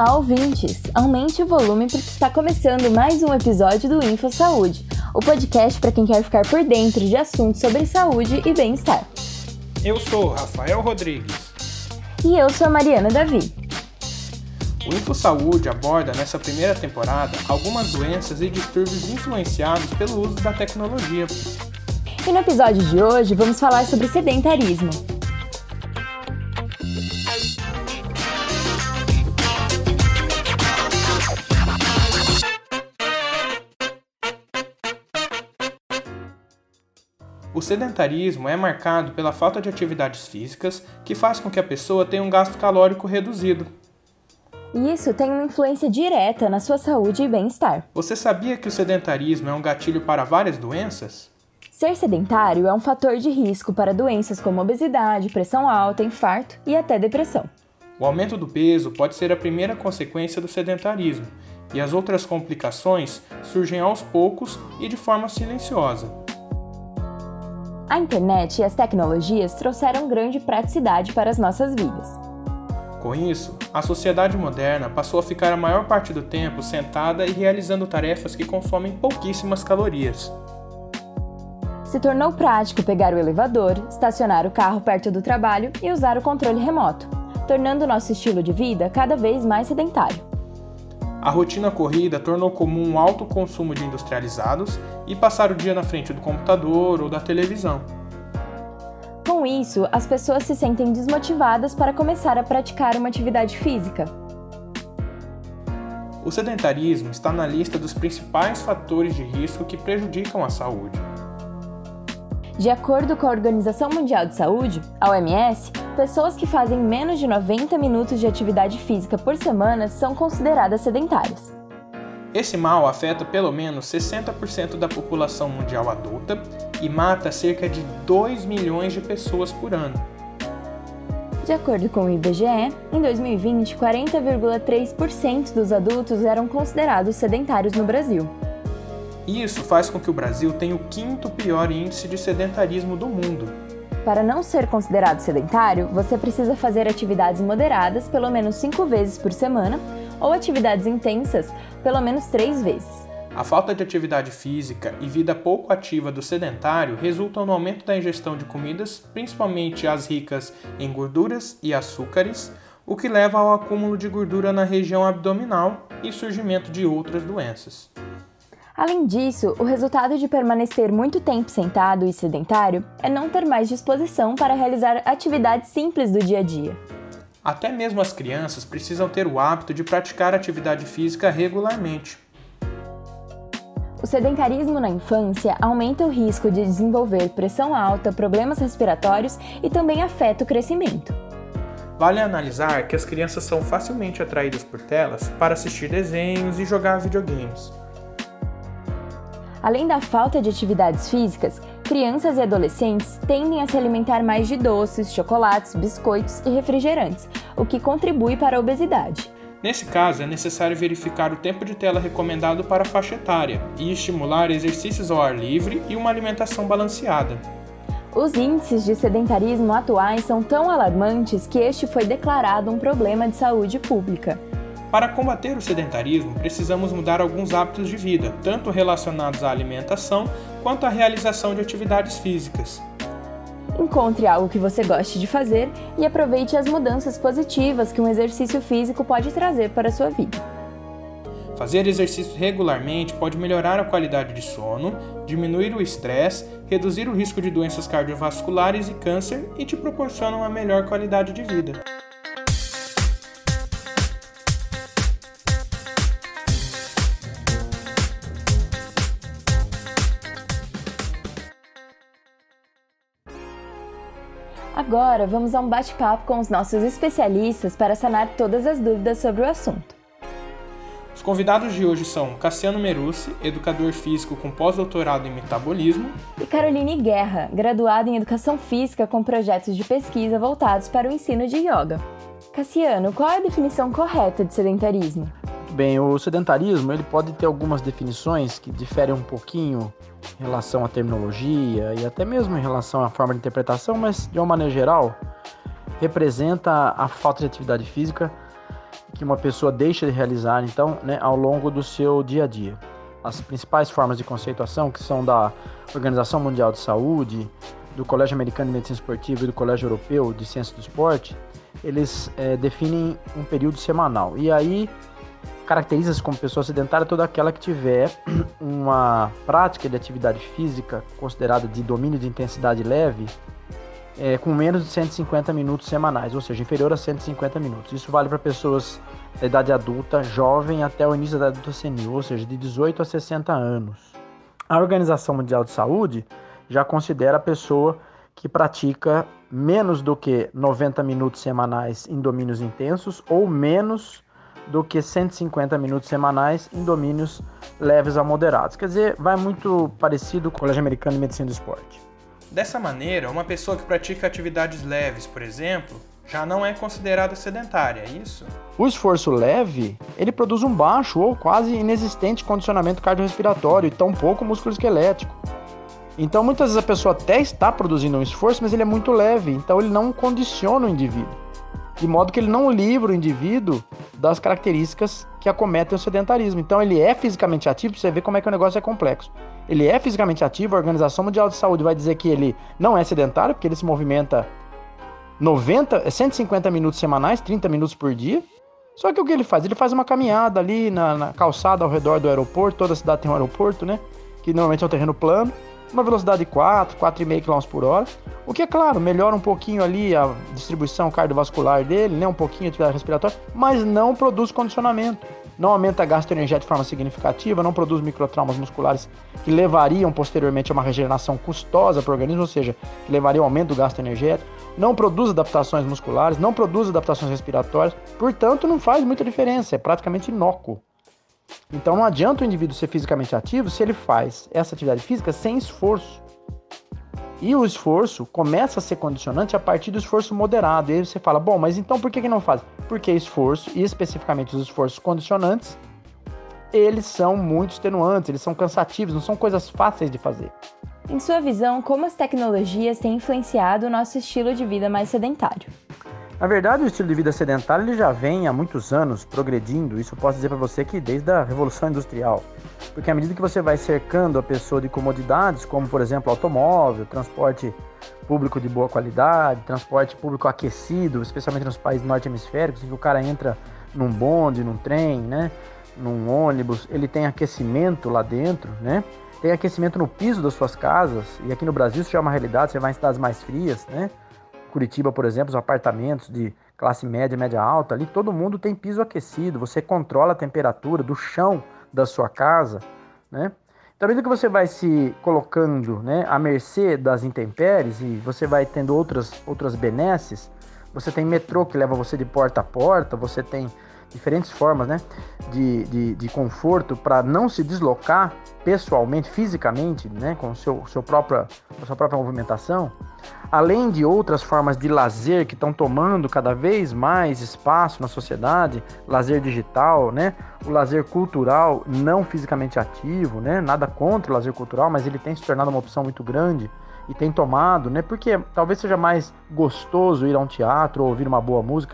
Olá, ouvintes! Aumente o volume porque está começando mais um episódio do Info Saúde, o podcast para quem quer ficar por dentro de assuntos sobre saúde e bem-estar. Eu sou Rafael Rodrigues. E eu sou a Mariana Davi. O Info Saúde aborda nessa primeira temporada algumas doenças e distúrbios influenciados pelo uso da tecnologia. E no episódio de hoje vamos falar sobre sedentarismo. O sedentarismo é marcado pela falta de atividades físicas, que faz com que a pessoa tenha um gasto calórico reduzido. E isso tem uma influência direta na sua saúde e bem-estar. Você sabia que o sedentarismo é um gatilho para várias doenças? Ser sedentário é um fator de risco para doenças como obesidade, pressão alta, infarto e até depressão. O aumento do peso pode ser a primeira consequência do sedentarismo, e as outras complicações surgem aos poucos e de forma silenciosa. A internet e as tecnologias trouxeram grande praticidade para as nossas vidas. Com isso, a sociedade moderna passou a ficar a maior parte do tempo sentada e realizando tarefas que consomem pouquíssimas calorias. Se tornou prático pegar o elevador, estacionar o carro perto do trabalho e usar o controle remoto, tornando nosso estilo de vida cada vez mais sedentário. A rotina corrida tornou comum o alto consumo de industrializados e passar o dia na frente do computador ou da televisão. Com isso, as pessoas se sentem desmotivadas para começar a praticar uma atividade física. O sedentarismo está na lista dos principais fatores de risco que prejudicam a saúde. De acordo com a Organização Mundial de Saúde, a OMS, pessoas que fazem menos de 90 minutos de atividade física por semana são consideradas sedentárias. Esse mal afeta pelo menos 60% da população mundial adulta e mata cerca de 2 milhões de pessoas por ano. De acordo com o IBGE, em 2020, 40,3% dos adultos eram considerados sedentários no Brasil. Isso faz com que o Brasil tenha o quinto pior índice de sedentarismo do mundo. Para não ser considerado sedentário, você precisa fazer atividades moderadas pelo menos 5 vezes por semana ou atividades intensas pelo menos 3 vezes. A falta de atividade física e vida pouco ativa do sedentário resultam no aumento da ingestão de comidas, principalmente as ricas em gorduras e açúcares, o que leva ao acúmulo de gordura na região abdominal e surgimento de outras doenças. Além disso, o resultado de permanecer muito tempo sentado e sedentário é não ter mais disposição para realizar atividades simples do dia a dia. Até mesmo as crianças precisam ter o hábito de praticar atividade física regularmente. O sedentarismo na infância aumenta o risco de desenvolver pressão alta, problemas respiratórios e também afeta o crescimento. Vale analisar que as crianças são facilmente atraídas por telas para assistir desenhos e jogar videogames. Além da falta de atividades físicas, crianças e adolescentes tendem a se alimentar mais de doces, chocolates, biscoitos e refrigerantes, o que contribui para a obesidade. Nesse caso, é necessário verificar o tempo de tela recomendado para a faixa etária e estimular exercícios ao ar livre e uma alimentação balanceada. Os índices de sedentarismo atuais são tão alarmantes que este foi declarado um problema de saúde pública. Para combater o sedentarismo, precisamos mudar alguns hábitos de vida, tanto relacionados à alimentação quanto à realização de atividades físicas. Encontre algo que você goste de fazer e aproveite as mudanças positivas que um exercício físico pode trazer para a sua vida. Fazer exercício regularmente pode melhorar a qualidade de sono, diminuir o estresse, reduzir o risco de doenças cardiovasculares e câncer e te proporciona uma melhor qualidade de vida. Agora vamos a um bate-papo com os nossos especialistas para sanar todas as dúvidas sobre o assunto. Os convidados de hoje são Cassiano Merucci, educador físico com pós-doutorado em metabolismo, e Caroline Guerra, graduada em educação física com projetos de pesquisa voltados para o ensino de yoga. Cassiano, qual é a definição correta de sedentarismo? Bem, o sedentarismo ele pode ter algumas definições que diferem um pouquinho em relação à terminologia e até mesmo em relação à forma de interpretação, mas de uma maneira geral representa a falta de atividade física que uma pessoa deixa de realizar, então, né, ao longo do seu dia a dia. As principais formas de conceituação, que são da Organização Mundial de Saúde, do Colégio Americano de Medicina Esportiva e do Colégio Europeu de Ciência do Esporte, eles definem um período semanal. E aí, caracteriza-se como pessoa sedentária toda aquela que tiver uma prática de atividade física considerada de domínio de intensidade leve, com menos de 150 minutos semanais, ou seja, inferior a 150 minutos. Isso vale para pessoas da idade adulta, jovem até o início da idade adulta senil, ou seja, de 18 a 60 anos. A Organização Mundial de Saúde já considera a pessoa que pratica menos do que 90 minutos semanais em domínios intensos ou menos do que 150 minutos semanais em domínios leves a moderados. Quer dizer, vai muito parecido com o Colégio Americano de Medicina do Esporte. Dessa maneira, uma pessoa que pratica atividades leves, por exemplo, já não é considerada sedentária, é isso? O esforço leve, ele produz um baixo ou quase inexistente condicionamento cardiorrespiratório e tão pouco músculo esquelético. Então, muitas vezes a pessoa até está produzindo um esforço, mas ele é muito leve, então ele não condiciona o indivíduo, de modo que ele não livra o indivíduo das características que acometem o sedentarismo. Então, ele é fisicamente ativo, para você ver como é que o negócio é complexo. Ele é fisicamente ativo, a Organização Mundial de Saúde vai dizer que ele não é sedentário, porque ele se movimenta 150 minutos semanais, 30 minutos por dia. Só que o que ele faz? Ele faz uma caminhada ali na calçada ao redor do aeroporto, toda cidade tem um aeroporto, né? Que normalmente é um terreno plano, uma velocidade de 4,5 km por hora. O que, é claro, melhora um pouquinho ali a distribuição cardiovascular dele, né? Um pouquinho a atividade respiratória, mas não produz condicionamento. Não aumenta a gasto energético de forma significativa, não produz microtraumas musculares que levariam posteriormente a uma regeneração custosa para o organismo, ou seja, que levaria ao aumento do gasto energético, não produz adaptações musculares, não produz adaptações respiratórias, portanto não faz muita diferença, é praticamente inócuo. Então não adianta o indivíduo ser fisicamente ativo se ele faz essa atividade física sem esforço. E o esforço começa a ser condicionante a partir do esforço moderado. E aí você fala, bom, mas então por que não faz? Porque esforço, e especificamente os esforços condicionantes, eles são muito extenuantes, eles são cansativos, não são coisas fáceis de fazer. Em sua visão, como as tecnologias têm influenciado o nosso estilo de vida mais sedentário? Na verdade, o estilo de vida sedentário ele já vem há muitos anos progredindo. Isso eu posso dizer para você que desde a Revolução Industrial. Porque à medida que você vai cercando a pessoa de comodidades, como por exemplo automóvel, transporte público de boa qualidade, transporte público aquecido, especialmente nos países norte-hemisféricos, em que o cara entra num bonde, num trem, né, num ônibus, ele tem aquecimento lá dentro, né? Tem aquecimento no piso das suas casas, e aqui no Brasil isso já é uma realidade, você vai em cidades mais frias, né? Curitiba, por exemplo, os apartamentos de classe média, média alta, ali todo mundo tem piso aquecido, você controla a temperatura do chão da sua casa, né? Então, à medida que você vai se colocando, né, à mercê das intempéries e você vai tendo outras benesses, você tem metrô que leva você de porta a porta, você tem diferentes formas, né, de conforto para não se deslocar pessoalmente, fisicamente, né, com a sua própria movimentação, além de outras formas de lazer que estão tomando cada vez mais espaço na sociedade, lazer digital, né, o lazer cultural não fisicamente ativo, né, nada contra o lazer cultural, mas ele tem se tornado uma opção muito grande e tem tomado, né, porque talvez seja mais gostoso ir a um teatro ou ouvir uma boa música,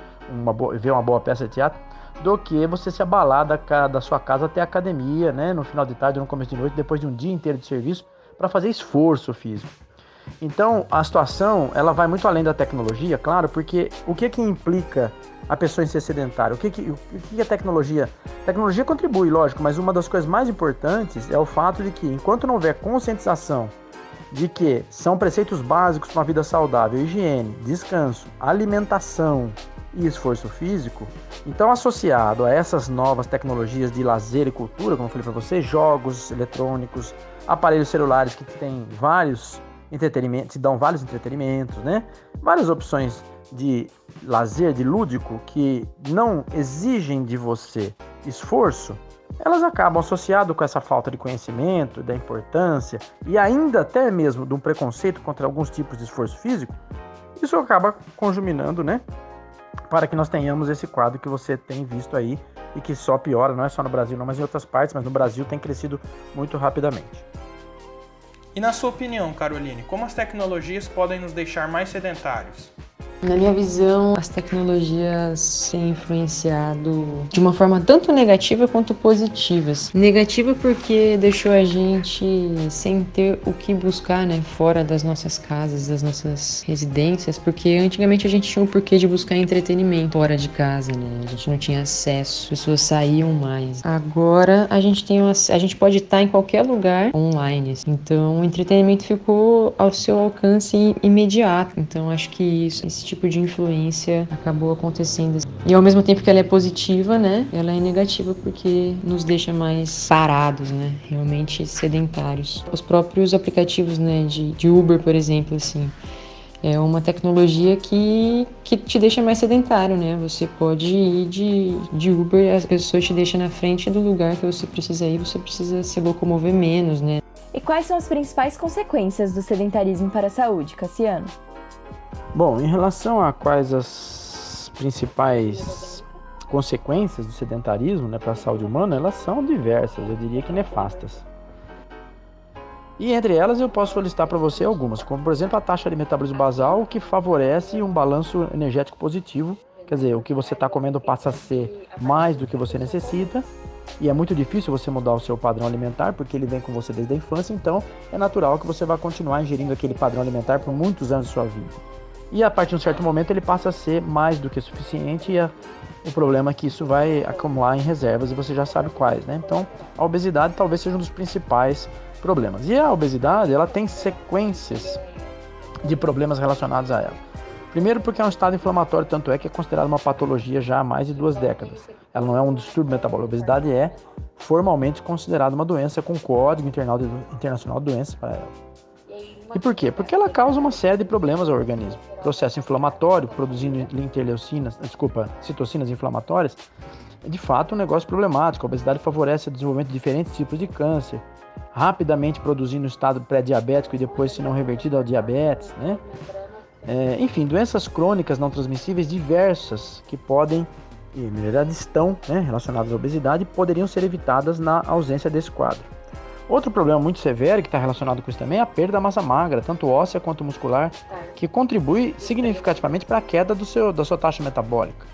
ver uma boa peça de teatro, do que você se abalar da sua casa até a academia, né, no final de tarde ou no começo de noite, depois de um dia inteiro de serviço, para fazer esforço físico. Então, a situação, ela vai muito além da tecnologia, claro, porque o que implica a pessoa em ser sedentária? O que a tecnologia... A tecnologia contribui, lógico, mas uma das coisas mais importantes é o fato de que, enquanto não houver conscientização de que são preceitos básicos para uma vida saudável, higiene, descanso, alimentação e esforço físico, então associado a essas novas tecnologias de lazer e cultura, como eu falei para você, jogos eletrônicos, aparelhos celulares que têm vários entretenimentos, te dão vários entretenimentos, né? Várias opções de lazer, de lúdico, que não exigem de você esforço, elas acabam associadas com essa falta de conhecimento, da importância e ainda até mesmo de um preconceito contra alguns tipos de esforço físico. Isso acaba conjuminando, né, para que nós tenhamos esse quadro que você tem visto aí e que só piora, não é só no Brasil não, mas em outras partes, mas no Brasil tem crescido muito rapidamente. E na sua opinião, Caroline, como as tecnologias podem nos deixar mais sedentários? Na minha visão, as tecnologias têm influenciado de uma forma tanto negativa quanto positiva. Negativa porque deixou a gente sem ter o que buscar, né, fora das nossas casas, das nossas residências, porque antigamente a gente tinha o porquê de buscar entretenimento fora de casa, né? A gente não tinha acesso, as pessoas saíam mais. Agora a gente pode estar em qualquer lugar online, então o entretenimento ficou ao seu alcance imediato. Então acho que esse tipo de influência acabou acontecendo. E ao mesmo tempo que ela é positiva, né, ela é negativa porque nos deixa mais parados, né, realmente sedentários. Os próprios aplicativos, né, de Uber, por exemplo, assim, é uma tecnologia que te deixa mais sedentário, né? Você pode ir de Uber, a pessoa te deixa na frente do lugar que você precisa ir, você precisa se locomover menos, né? E quais são as principais consequências do sedentarismo para a saúde, Cassiano? Bom, em relação a quais as principais consequências do sedentarismo, né, para a saúde humana, elas são diversas, eu diria que nefastas. E entre elas eu posso listar para você algumas, como por exemplo a taxa de metabolismo basal, que favorece um balanço energético positivo, quer dizer, o que você está comendo passa a ser mais do que você necessita, e é muito difícil você mudar o seu padrão alimentar, porque ele vem com você desde a infância, então é natural que você vai continuar ingerindo aquele padrão alimentar por muitos anos da sua vida. E a partir de um certo momento ele passa a ser mais do que suficiente, e o problema é que isso vai acumular em reservas, e você já sabe quais, né? Então a obesidade talvez seja um dos principais problemas. E a obesidade, ela tem sequências de problemas relacionados a ela. Primeiro porque é um estado inflamatório, tanto é que é considerado uma patologia já há mais de 2 décadas. Ela não é um distúrbio metabólico. A obesidade é formalmente considerada uma doença com código internacional de doença para ela. E por quê? Porque ela causa uma série de problemas ao organismo. Processo inflamatório, produzindo citocinas inflamatórias, é de fato um negócio problemático. A obesidade favorece o desenvolvimento de diferentes tipos de câncer, rapidamente produzindo um estado pré-diabético e depois, se não revertido, ao diabetes, né? Enfim, doenças crônicas não transmissíveis diversas que podem, e na verdade estão, né, relacionadas à obesidade e poderiam ser evitadas na ausência desse quadro. Outro problema muito severo que está relacionado com isso também é a perda da massa magra, tanto óssea quanto muscular, que contribui significativamente para a queda da sua taxa metabólica.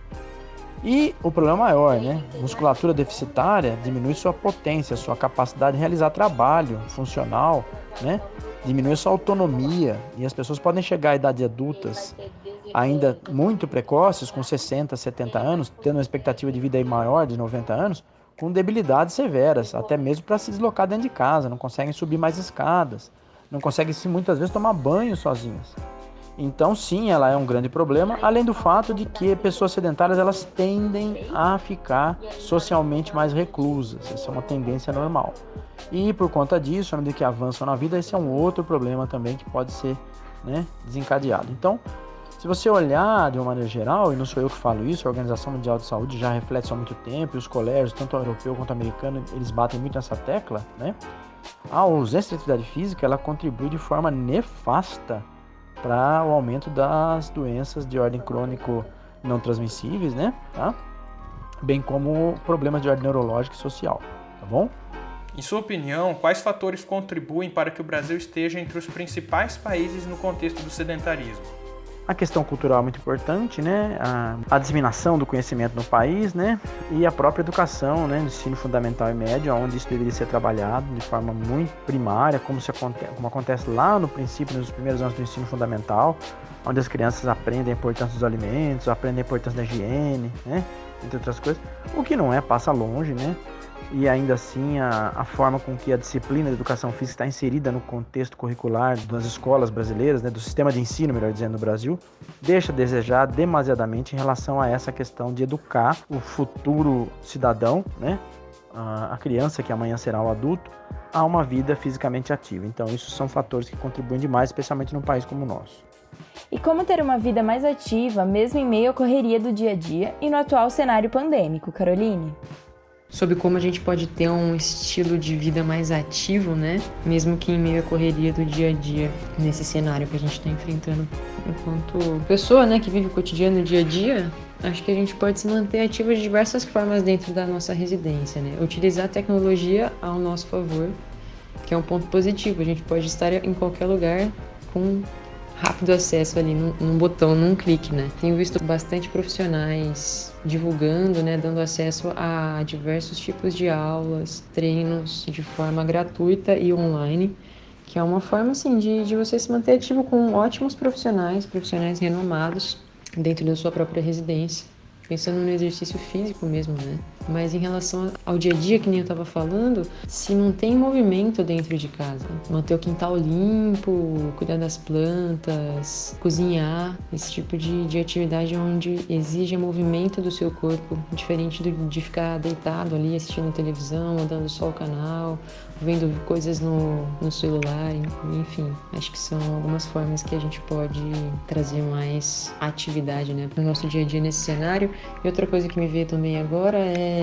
E o problema maior, né? Musculatura deficitária diminui sua potência, sua capacidade de realizar trabalho funcional, né? Diminui sua autonomia, e as pessoas podem chegar à idade adultas ainda muito precoces, com 60, 70 anos, tendo uma expectativa de vida aí maior, de 90 anos, com debilidades severas, até mesmo para se deslocar dentro de casa, não conseguem subir mais escadas, não conseguem muitas vezes tomar banho sozinhas. Então sim, ela é um grande problema, além do fato de que pessoas sedentárias elas tendem a ficar socialmente mais reclusas, essa é uma tendência normal. E por conta disso, à medida que avançam na vida, esse é um outro problema também que pode ser, né, desencadeado. Então, se você olhar de uma maneira geral, e não sou eu que falo isso, a Organização Mundial de Saúde já reflete isso há muito tempo, e os colégios, tanto europeu quanto americano, eles batem muito nessa tecla, né? A ausência de atividade física, ela contribui de forma nefasta para o aumento das doenças de ordem crônico não transmissíveis, né? Tá? Bem como problemas de ordem neurológica e social, tá bom? Em sua opinião, quais fatores contribuem para que o Brasil esteja entre os principais países no contexto do sedentarismo? A questão cultural é muito importante, né? A disseminação do conhecimento no país, né? E a própria educação, né? No ensino fundamental e médio, onde isso deveria ser trabalhado de forma muito primária, como acontece lá no princípio, nos primeiros anos do ensino fundamental, onde as crianças aprendem a importância dos alimentos, aprendem a importância da higiene, né? Entre outras coisas. O que não é, passa longe, né? E ainda assim a forma com que a disciplina de educação física está inserida no contexto curricular das escolas brasileiras, né, do sistema de ensino, melhor dizendo, no Brasil, deixa a desejar demasiadamente em relação a essa questão de educar o futuro cidadão, né, a criança que amanhã será o adulto, a uma vida fisicamente ativa. Então isso são fatores que contribuem demais, especialmente num país como o nosso. E como ter uma vida mais ativa, mesmo em meio à correria do dia a dia e no atual cenário pandêmico, Caroline? Sobre como a gente pode ter um estilo de vida mais ativo, né? Mesmo que em meio à correria do dia a dia, nesse cenário que a gente está enfrentando enquanto pessoa, né, que vive o cotidiano no dia a dia, acho que a gente pode se manter ativo de diversas formas dentro da nossa residência, né? Utilizar a tecnologia ao nosso favor, que é um ponto positivo. A gente pode estar em qualquer lugar com rápido acesso ali num botão, num clique, né? Tenho visto bastante profissionais divulgando, né, dando acesso a diversos tipos de aulas, treinos de forma gratuita e online, que é uma forma, assim, de você se manter ativo com ótimos profissionais renomados dentro da sua própria residência, pensando no exercício físico mesmo, né? Mas em relação ao dia a dia, que nem eu estava falando, se mantém movimento dentro de casa. Manter o quintal limpo, cuidar das plantas, cozinhar, esse tipo de atividade onde exige movimento do seu corpo, diferente de ficar deitado ali assistindo televisão, mudando só o canal, vendo coisas no celular, enfim. Acho que são algumas formas que a gente pode trazer mais atividade, né, para o nosso dia a dia nesse cenário. E outra coisa que me veio também agora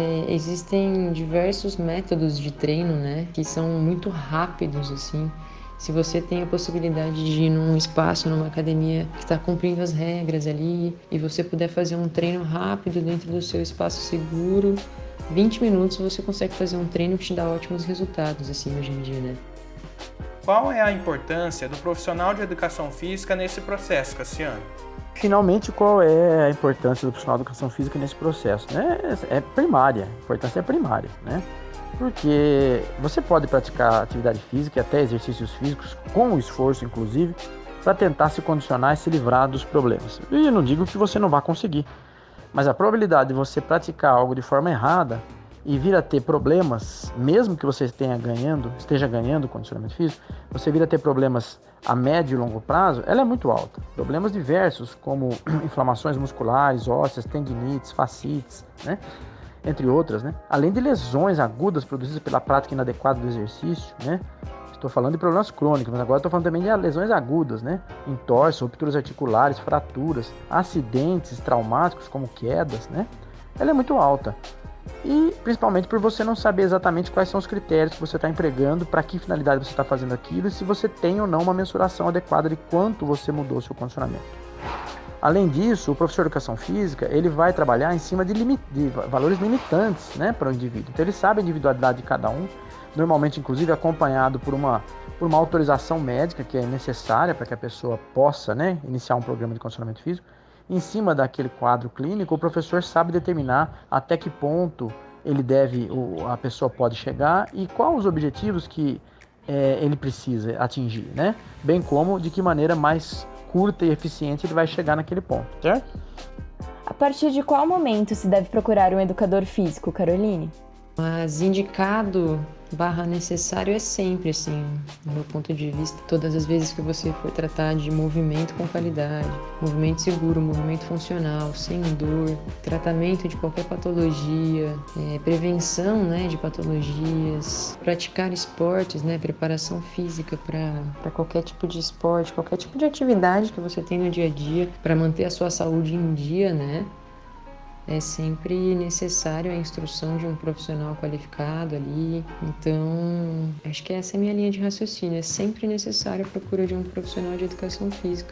existem diversos métodos de treino, né, que são muito rápidos, assim. Se você tem a possibilidade de ir num espaço, numa academia que está cumprindo as regras ali, e você puder fazer um treino rápido dentro do seu espaço seguro, 20 minutos você consegue fazer um treino que te dá ótimos resultados, assim, hoje em dia, né? Qual é a importância do profissional de educação física nesse processo, Cassiano? Finalmente, qual é a importância do profissional de educação física nesse processo? É primária, a importância é primária, né? Porque você pode praticar atividade física e até exercícios físicos, com esforço inclusive, para tentar se condicionar e se livrar dos problemas. E eu não digo que você não vai conseguir, mas a probabilidade de você praticar algo de forma errada e vir a ter problemas, mesmo que você esteja ganhando condicionamento físico, você vir a ter problemas a médio e longo prazo, ela é muito alta. Problemas diversos, como inflamações musculares, ósseas, tendinites, fascites, né? Entre outras, né? Além de lesões agudas produzidas pela prática inadequada do exercício, né? Estou falando de problemas crônicos, mas agora estou falando também de lesões agudas, né? Entorse, rupturas articulares, fraturas, acidentes traumáticos como quedas, né? Ela é muito alta. E principalmente por você não saber exatamente quais são os critérios que você está empregando, para que finalidade você está fazendo aquilo e se você tem ou não uma mensuração adequada de quanto você mudou o seu condicionamento. Além disso, o professor de educação física ele vai trabalhar em cima de valores limitantes, né, para o indivíduo. Então ele sabe a individualidade de cada um, normalmente inclusive acompanhado por uma autorização médica que é necessária para que a pessoa possa, né, iniciar um programa de condicionamento físico. Em cima daquele quadro clínico, o professor sabe determinar até que ponto a pessoa pode chegar e quais os objetivos que ele precisa atingir, né? Bem como de que maneira mais curta e eficiente ele vai chegar naquele ponto, certo? A partir de qual momento se deve procurar um educador físico, Caroline? Mas indicado / necessário é sempre, assim, do meu ponto de vista, todas as vezes que você for tratar de movimento com qualidade, movimento seguro, movimento funcional, sem dor, tratamento de qualquer patologia, prevenção, né, de patologias, praticar esportes, né, preparação física para qualquer tipo de esporte, qualquer tipo de atividade que você tem no dia a dia, para manter a sua saúde em dia, né? É sempre necessário a instrução de um profissional qualificado ali. Então, acho que essa é a minha linha de raciocínio. É sempre necessário a procura de um profissional de educação física.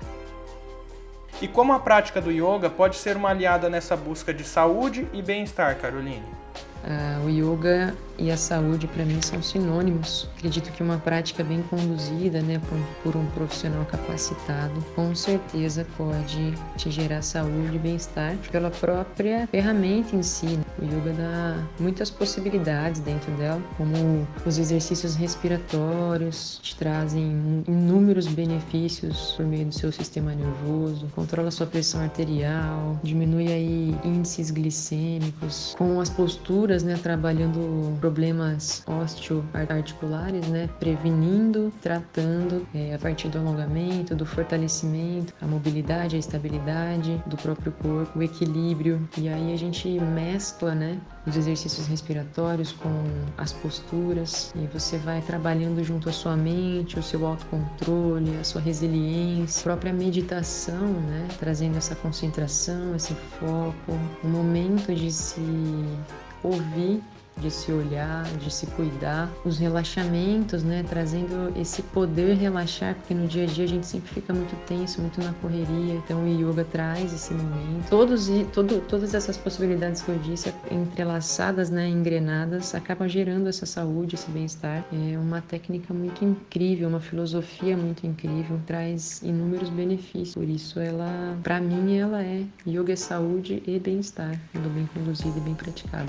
E como a prática do yoga pode ser uma aliada nessa busca de saúde e bem-estar, Caroline? O yoga e a saúde, para mim, são sinônimos. Acredito que uma prática bem conduzida, né, por um profissional capacitado, com certeza pode te gerar saúde e bem-estar pela própria ferramenta em si. O yoga dá muitas possibilidades dentro dela, como os exercícios respiratórios te trazem inúmeros benefícios por meio do seu sistema nervoso, controla sua pressão arterial, diminui aí índices glicêmicos, com as posturas, né, trabalhando problemas osteoarticulares, né, prevenindo, tratando a partir do alongamento, do fortalecimento, a mobilidade, a estabilidade do próprio corpo, o equilíbrio. E aí a gente mescla, né, os exercícios respiratórios com as posturas e você vai trabalhando junto à sua mente, o seu autocontrole, a sua resiliência, a própria meditação, né, trazendo essa concentração, esse foco, o momento de se ouvir de se olhar, de se cuidar. Os relaxamentos, né, trazendo esse poder relaxar, porque no dia a dia a gente sempre fica muito tenso, muito na correria, então o yoga traz esse momento. Todas essas possibilidades que eu disse, entrelaçadas, né, engrenadas, acabam gerando essa saúde, esse bem-estar. É uma técnica muito incrível, uma filosofia muito incrível, traz inúmeros benefícios. Por isso, ela, para mim, ela é yoga é saúde e bem-estar, quando bem conduzida e bem praticada.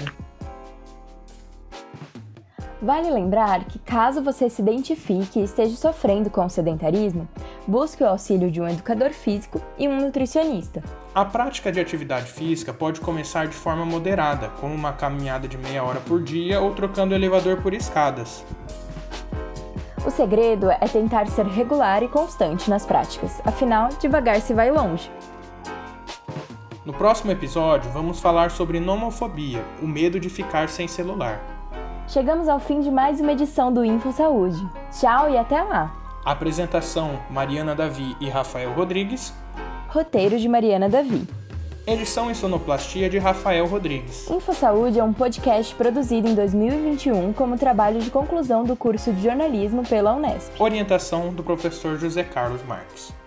Vale lembrar que, caso você se identifique e esteja sofrendo com o sedentarismo, busque o auxílio de um educador físico e um nutricionista. A prática de atividade física pode começar de forma moderada, como uma caminhada de meia hora por dia ou trocando o elevador por escadas. O segredo é tentar ser regular e constante nas práticas, afinal, devagar se vai longe. No próximo episódio, vamos falar sobre nomofobia, o medo de ficar sem celular. Chegamos ao fim de mais uma edição do Info Saúde. Tchau e até lá! Apresentação: Mariana Davi e Rafael Rodrigues. Roteiro de Mariana Davi. Edição e sonoplastia de Rafael Rodrigues. Info Saúde é um podcast produzido em 2021 como trabalho de conclusão do curso de jornalismo pela Unesp. Orientação do professor José Carlos Marques.